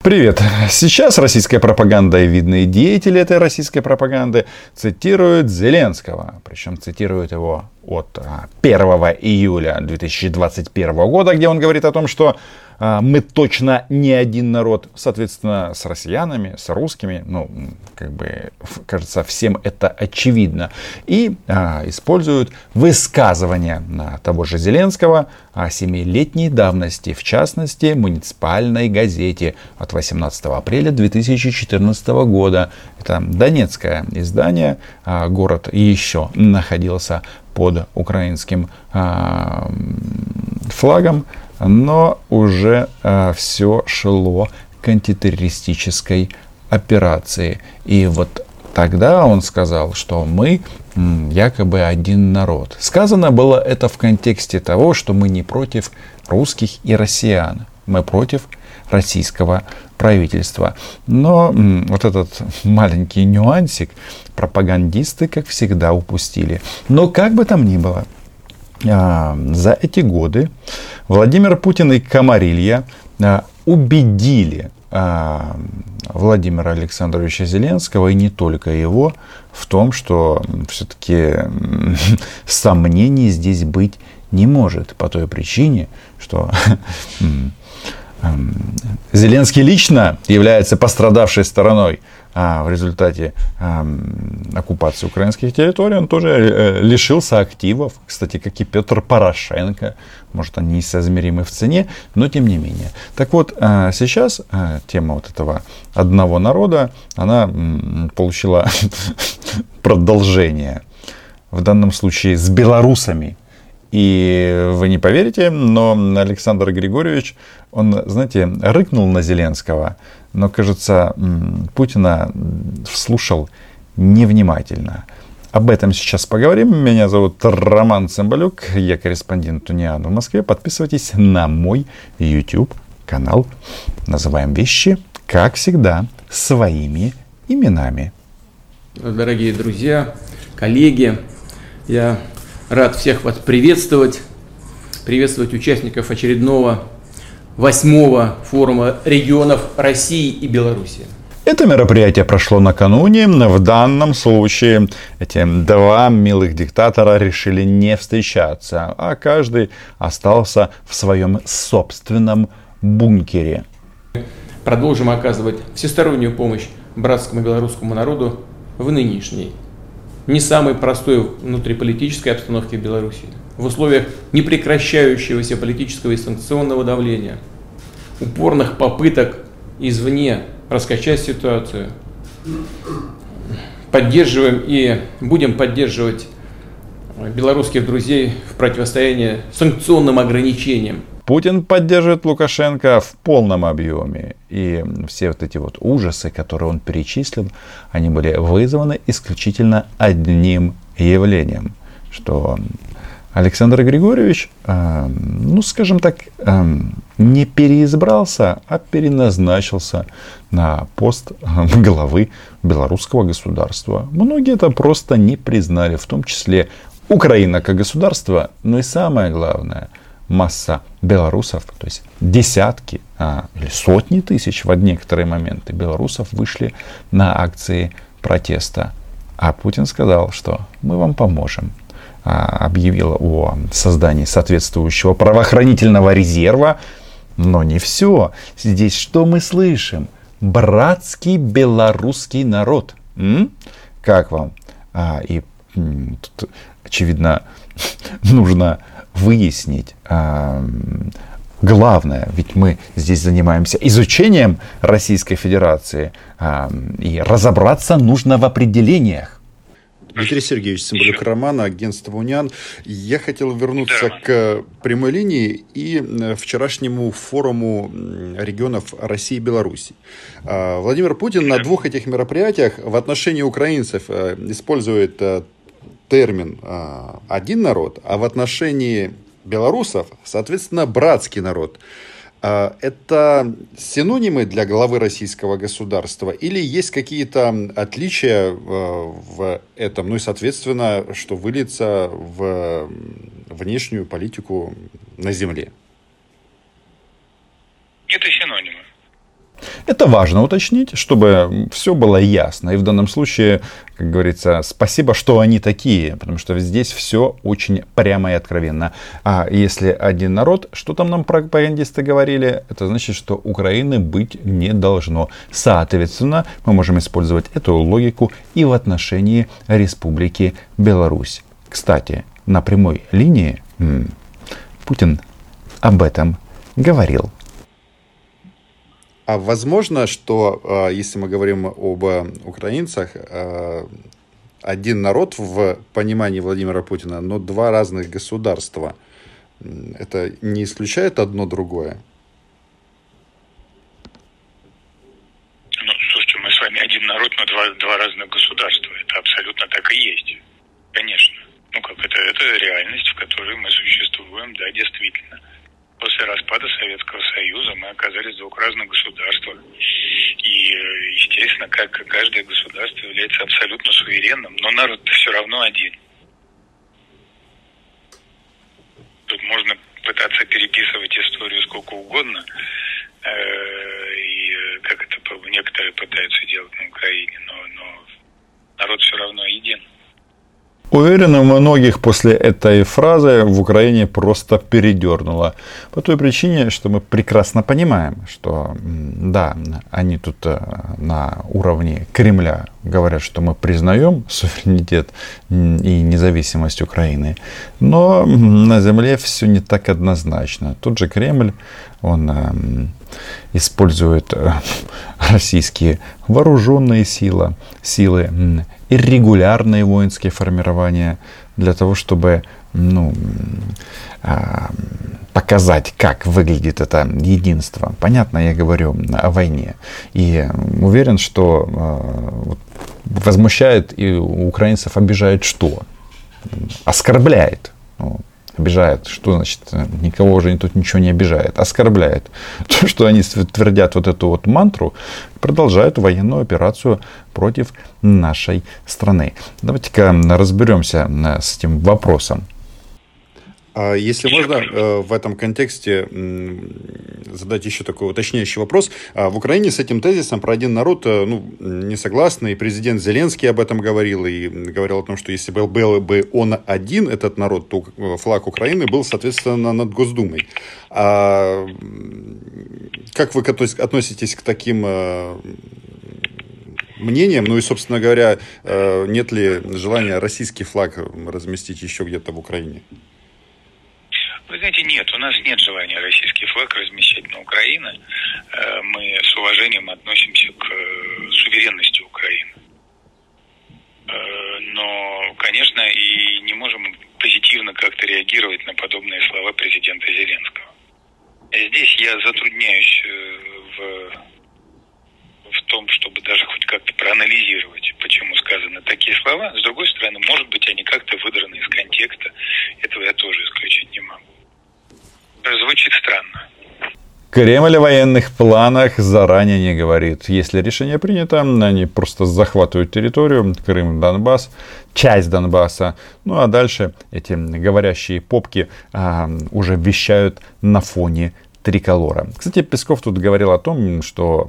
Привет. Сейчас российская пропаганда и видные деятели этой российской пропаганды цитируют Зеленского. Причем цитируют его от 1 июля 2021 года, где он говорит о том, что мы точно не один народ. Соответственно, с россиянами, с русскими, кажется, всем это очевидно. И используют высказывания того же Зеленского о 7-летней давности, в частности, муниципальной газете от 18 апреля 2014 года. Это донецкое издание. Город еще находился под украинским флагом, но уже все шло к антитеррористической операции. И вот тогда он сказал, что мы якобы один народ. Сказано было это в контексте того, что мы не против русских и россиян. Мы против российского правительства. Но вот этот маленький нюансик пропагандисты, как всегда, упустили. Но как бы там ни было, за эти годы Владимир Путин и Камарилья убедили Владимира Александровича Зеленского, и не только его, в том, что все-таки сомнений здесь быть не может. По той причине, что Зеленский лично является пострадавшей стороной в результате оккупации украинских территорий. Он тоже лишился активов, кстати, как и Петр Порошенко. Может, они несоизмеримы в цене, но тем не менее. Так вот, сейчас тема вот этого одного народа, она получила продолжение. В данном случае с белорусами. И вы не поверите, но Александр Григорьевич, он, знаете, рыкнул на Зеленского, но, кажется, Путина слушал невнимательно. Об этом сейчас поговорим. Меня зовут Роман Цымбалюк, я корреспондент УНИАН в Москве. Подписывайтесь на мой YouTube канал. Называем вещи, как всегда, своими именами. Дорогие друзья, коллеги, я рад всех вас приветствовать участников очередного 8-го форума регионов России и Беларуси. Это мероприятие прошло накануне. В данном случае эти два милых диктатора решили не встречаться, а каждый остался в своем собственном бункере. Продолжим оказывать всестороннюю помощь братскому белорусскому народу в нынешней, не самой простой внутриполитической обстановке в Беларуси, в условиях непрекращающегося политического и санкционного давления, упорных попыток извне раскачать ситуацию. Поддерживаем и будем поддерживать белорусских друзей в противостоянии санкционным ограничениям. Путин поддерживает Лукашенко в полном объеме. И все вот эти вот ужасы, которые он перечислил, они были вызваны исключительно одним явлением. Что Александр Григорьевич, скажем так, не переизбрался, а переназначился на пост главы белорусского государства. Многие это просто не признали, в том числе Украина как государство, но и самое главное – масса белорусов, то есть десятки или сотни тысяч в некоторые моменты белорусов вышли на акции протеста. А Путин сказал, что мы вам поможем. Объявил о создании соответствующего правоохранительного резерва. Но не все. Здесь что мы слышим? Братский белорусский народ. Как вам? И тут, очевидно, нужно выяснить главное, ведь мы здесь занимаемся изучением Российской Федерации, и разобраться нужно в определениях. Дмитрий Сергеевич Цымбалюк, Роман, агентство УНИАН. Я хотел вернуться к прямой линии и вчерашнему форуму регионов России и Беларуси. Владимир Путин на двух этих мероприятиях в отношении украинцев использует термин «один народ», а в отношении белорусов, соответственно, «братский народ». Это синонимы для главы российского государства или есть какие-то отличия в этом, и, соответственно, что выльется в внешнюю политику на земле? Это синонимы. Это важно уточнить, чтобы все было ясно. И в данном случае, как говорится, спасибо, что они такие, потому что здесь все очень прямо и откровенно. А если один народ, что там нам пропагандисты говорили, это значит, что Украины быть не должно. Соответственно, мы можем использовать эту логику и в отношении Республики Беларусь. Кстати, на прямой линии Путин об этом говорил. А возможно, что, если мы говорим об украинцах, один народ в понимании Владимира Путина, но два разных государства, это не исключает одно другое? Ну, слушайте, мы с вами один народ, но два разных государства. Это абсолютно так и есть. Конечно. Ну, как это реальность, в которой мы существуем, да, действительно. После распада Советского Союза мы оказались в двух разных государствах. И, естественно, как каждое государство является абсолютно суверенным, но народ-то все равно один. Тут можно пытаться переписывать историю сколько угодно, и как это некоторые пытаются делать на Украине, но народ все равно един. Уверен, у многих после этой фразы в Украине просто передернуло. По той причине, что мы прекрасно понимаем, что да, они тут на уровне Кремля говорят, что мы признаем суверенитет и независимость Украины. Но на земле все не так однозначно. Тот же Кремль, он использует российские вооруженные силы, иррегулярные воинские формирования для того, чтобы показать, как выглядит это единство. Понятно, я говорю о войне. И уверен, что возмущает и украинцев обижает что? Оскорбляет. Обижает. Что значит? Никого уже тут ничего не обижает. Оскорбляет. То, что они твердят вот эту вот мантру, продолжают военную операцию против нашей страны. Давайте-ка разберемся с этим вопросом. Если можно в этом контексте задать еще такой уточняющий вопрос. В Украине с этим тезисом про один народ не согласны. И президент Зеленский об этом говорил. И говорил о том, что если был бы он один, этот народ, то флаг Украины был, соответственно, над Госдумой. Как вы относитесь к таким мнениям? Ну и, собственно говоря, нет ли желания российский флаг разместить еще где-то в Украине? Вы знаете, нет, у нас нет желания российский флаг размещать на Украине. Мы с уважением относимся к суверенности Украины. Но, конечно, и не можем позитивно как-то реагировать на подобные слова президента Зеленского. Здесь я затрудняюсь в том, чтобы даже хоть как-то проанализировать, почему сказаны такие слова. С другой стороны, может быть, они как-то выдраны из контекста. Этого я тоже исключить не могу. Звучит странно. Кремль о военных планах заранее не говорит. Если решение принято, они просто захватывают территорию, Крым, Донбасс, часть Донбасса. Ну а дальше эти говорящие попки уже вещают на фоне триколора. Кстати, Песков тут говорил о том, что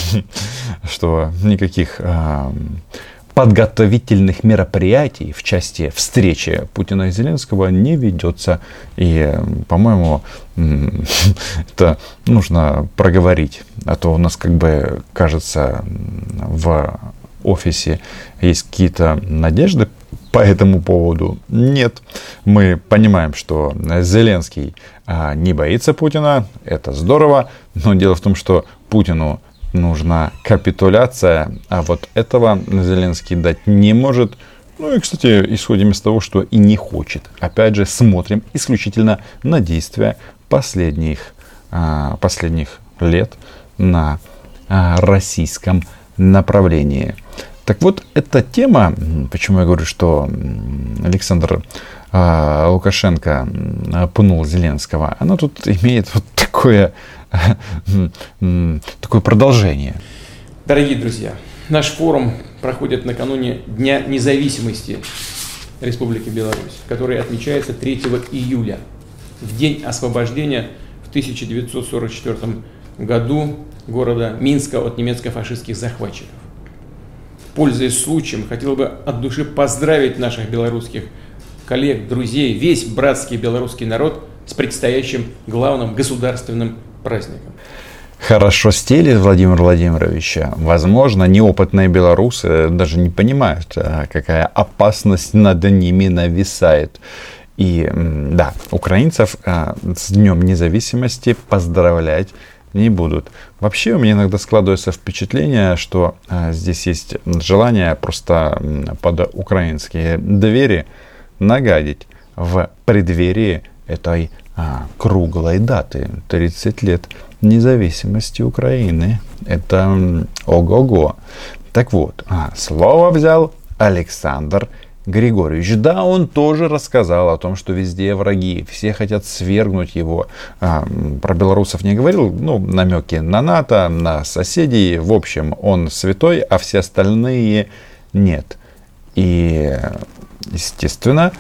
никаких подготовительных мероприятий в части встречи Путина и Зеленского не ведется. И, по-моему, это нужно проговорить. А то у нас, как бы, кажется, в офисе есть какие-то надежды по этому поводу. Нет. Мы понимаем, что Зеленский не боится Путина. Это здорово. Но дело в том, что Путину нужна капитуляция, а вот этого Зеленский дать не может. Ну и, кстати, исходим из того, что и не хочет. Опять же, смотрим исключительно на действия последних лет на российском направлении. Так вот, эта тема, почему я говорю, что Александр Лукашенко пнул Зеленского, она тут имеет вот такое продолжение. Дорогие друзья, наш форум проходит накануне Дня независимости Республики Беларусь, который отмечается 3 июля, в день освобождения в 1944 году города Минска от немецко-фашистских захватчиков. Пользуясь случаем, хотел бы от души поздравить наших белорусских коллег, друзей, весь братский белорусский народ с предстоящим главным государственным праздником. Хорошо стелит Владимир Владимирович. Возможно, неопытные белорусы даже не понимают, какая опасность над ними нависает. И да, украинцев с Днем Независимости поздравлять не будут. Вообще у меня иногда складывается впечатление, что здесь есть желание просто под украинские двери нагадить в преддверии этой круглой даты. 30 лет независимости Украины. Это ого-го. Так вот, слово взял Александр Григорьевич. Да, он тоже рассказал о том, что везде враги, все хотят свергнуть его. Про белорусов не говорил, намеки на НАТО, на соседей. В общем, он святой, а все остальные нет. И, естественно,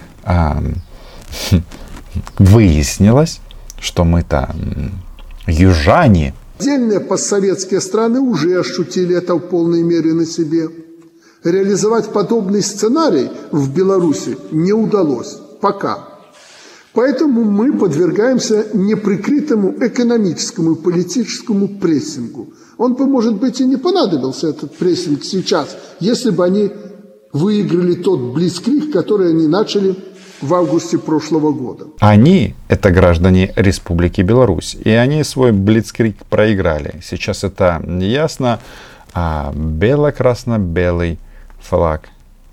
выяснилось, что мы-то южане. Отдельные постсоветские страны уже ощутили это в полной мере на себе. Реализовать подобный сценарий в Беларуси не удалось пока. Поэтому мы подвергаемся неприкрытому экономическому и политическому прессингу. Он бы, может быть, и не понадобился, этот прессинг, сейчас, если бы они выиграли тот блицкриг, который они начали в августе прошлого года. Они — это граждане Республики Беларусь. И они свой блицкриг проиграли. Сейчас это ясно. Бело-красно-белый флаг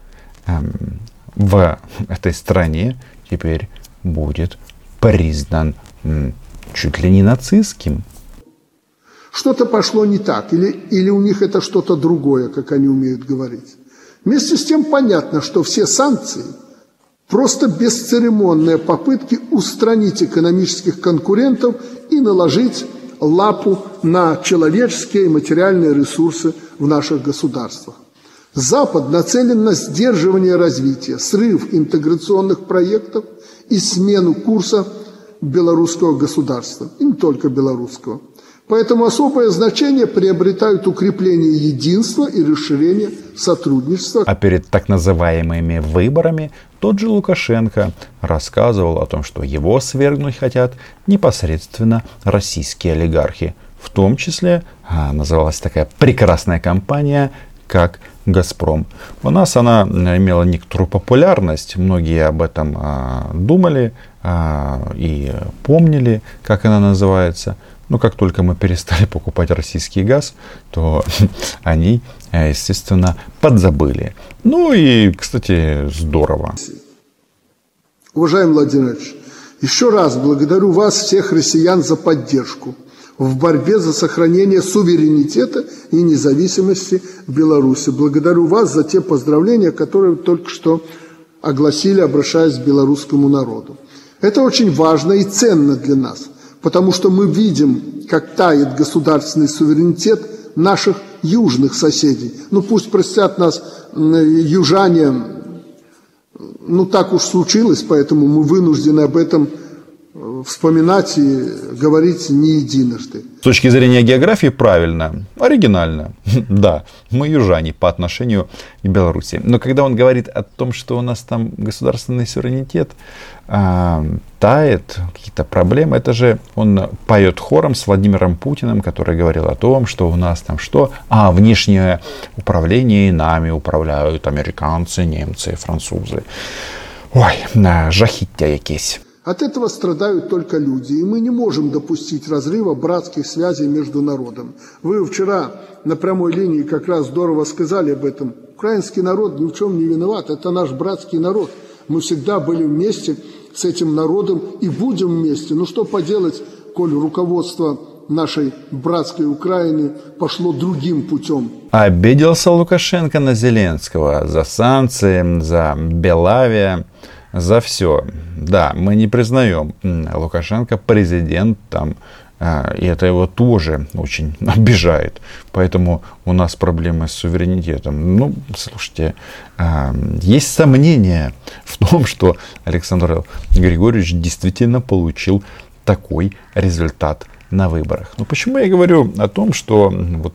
в этой стране теперь будет признан чуть ли не нацистским. Что-то пошло не так, или у них это что-то другое, как они умеют говорить. Вместе с тем понятно, что все санкции – просто бесцеремонные попытки устранить экономических конкурентов и наложить лапу на человеческие и материальные ресурсы в наших государствах. Запад нацелен на сдерживание развития, срыв интеграционных проектов и смену курса белорусского государства, и не только белорусского. Поэтому особое значение приобретают укрепление единства и расширение сотрудничества. А перед так называемыми выборами тот же Лукашенко рассказывал о том, что его свергнуть хотят непосредственно российские олигархи. В том числе называлась такая прекрасная компания, как «Газпром». У нас она имела некоторую популярность, многие об этом думали и помнили, как она называется. Но как только мы перестали покупать российский газ, то они, естественно, подзабыли. Ну и, кстати, здорово. Уважаемый Владимир Владимирович, еще раз благодарю вас, всех россиян, за поддержку в борьбе за сохранение суверенитета и независимости Беларуси. Благодарю вас за те поздравления, которые вы только что огласили, обращаясь к белорусскому народу. Это очень важно и ценно для нас, потому что мы видим, как тает государственный суверенитет наших южных соседей. Пусть простят нас южане, так уж случилось, поэтому мы вынуждены об этом вспоминать и говорить не единожды. С точки зрения географии правильно, оригинально. Да, мы южане по отношению к Беларуси. Но когда он говорит о том, что у нас там государственный суверенитет тает, какие-то проблемы, это же он поет хором с Владимиром Путиным, который говорил о том, что у нас там что? Внешнее управление нами управляют американцы, немцы, французы. Ой, жахіття якесь. От этого страдают только люди, и мы не можем допустить разрыва братских связей между народами. Вы вчера на прямой линии как раз здорово сказали об этом. Украинский народ ни в чем не виноват, это наш братский народ. Мы всегда были вместе с этим народом и будем вместе. Что поделать, коль руководство нашей братской Украины пошло другим путем. Обиделся Лукашенко на Зеленского за санкции, за Белавия. За все. Да, мы не признаем Лукашенко президент там, и это его тоже очень обижает. Поэтому у нас проблемы с суверенитетом. Слушайте, есть сомнения в том, что Александр Григорьевич действительно получил такой результат на выборах. Но почему я говорю о том, что вот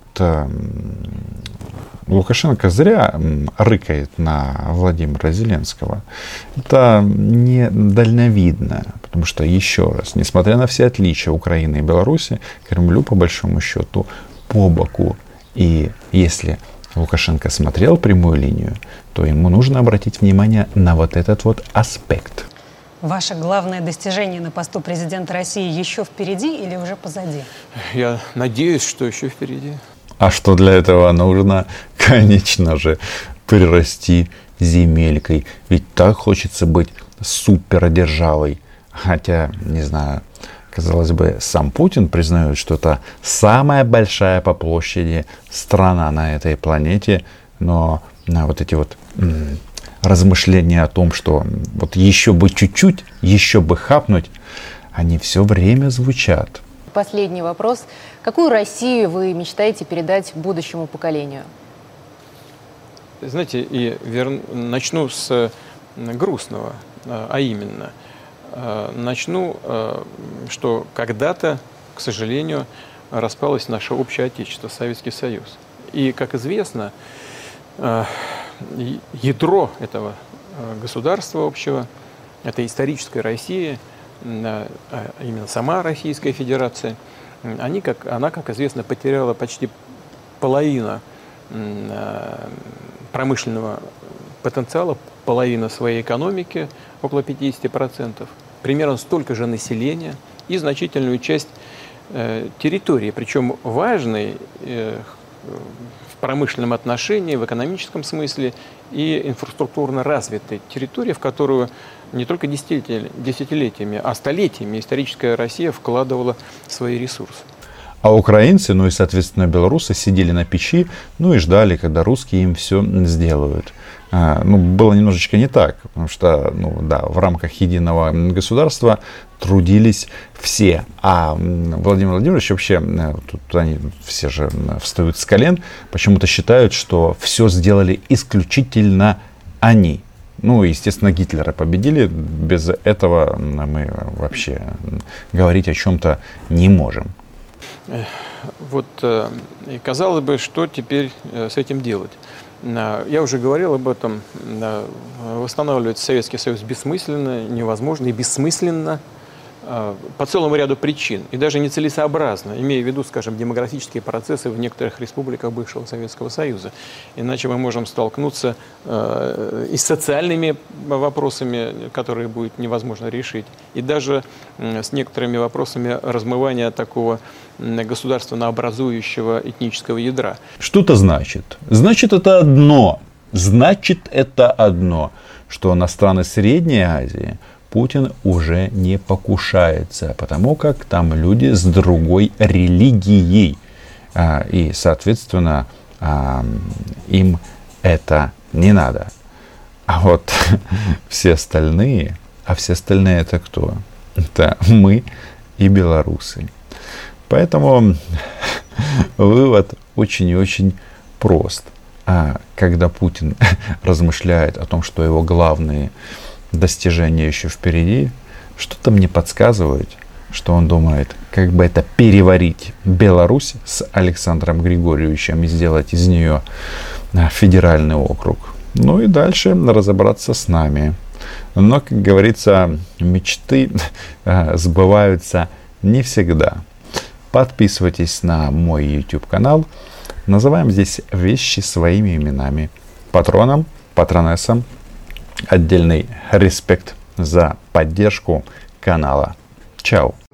Лукашенко зря рыкает на Владимира Зеленского? Это не дальновидно, потому что, еще раз, несмотря на все отличия Украины и Беларуси, Кремлю, по большому счету, по боку. И если Лукашенко смотрел прямую линию, то ему нужно обратить внимание на вот этот вот аспект. Ваше главное достижение на посту президента России еще впереди или уже позади? Я надеюсь, что еще впереди. А что для этого нужно? Конечно же, прирасти земелькой. Ведь так хочется быть супердержавой. Хотя, не знаю, казалось бы, сам Путин признает, что это самая большая по площади страна на этой планете. Но вот эти вот размышления о том, что вот еще бы чуть-чуть, еще бы хапнуть, они все время звучат. Последний вопрос. Какую Россию вы мечтаете передать будущему поколению? Знаете, начну с грустного, а именно, начну, что когда-то, к сожалению, распалось наше общее отечество, Советский Союз. И, как известно, ядро этого государства общего, это историческая Россия, именно сама Российская Федерация, она, как известно, потеряла почти половину промышленного потенциала, половину своей экономики, около 50%, примерно столько же населения и значительную часть территории, причем важной в промышленном отношении, в экономическом смысле и инфраструктурно развитой территории, в которую не только десятилетиями, а столетиями историческая Россия вкладывала свои ресурсы. А украинцы, ну и, соответственно, белорусы сидели на печи, ну и ждали, когда русские им все сделают. Было немножечко не так, потому что, в рамках единого государства трудились все. А Владимир Владимирович вообще, тут они все же встают с колен, почему-то считают, что все сделали исключительно они. Естественно, Гитлера победили, без этого мы вообще говорить о чем-то не можем. Вот, казалось бы, что теперь с этим делать? Я уже говорил об этом. Восстанавливать Советский Союз бессмысленно, невозможно и бессмысленно по целому ряду причин. И даже нецелесообразно, имея в виду, скажем, демографические процессы в некоторых республиках бывшего Советского Союза. Иначе мы можем столкнуться и с социальными вопросами, которые будет невозможно решить, и даже с некоторыми вопросами размывания такого государственно-образующего этнического ядра. Что это значит? Значит это одно, что на страны Средней Азии Путин уже не покушается, потому как там люди с другой религией. И, соответственно, им это не надо. А вот все остальные это кто? Это мы и белорусы. Поэтому вывод очень и очень прост. Когда Путин размышляет о том, что его главные достижения еще впереди, что-то мне подсказывает, что он думает, как бы это переварить Беларусь с Александром Григорьевичем и сделать из нее федеральный округ. И дальше разобраться с нами. Но, как говорится, мечты сбываются не всегда. Подписывайтесь на мой YouTube канал. Называем здесь вещи своими именами. Патронам, патронессам отдельный респект за поддержку канала. Чао.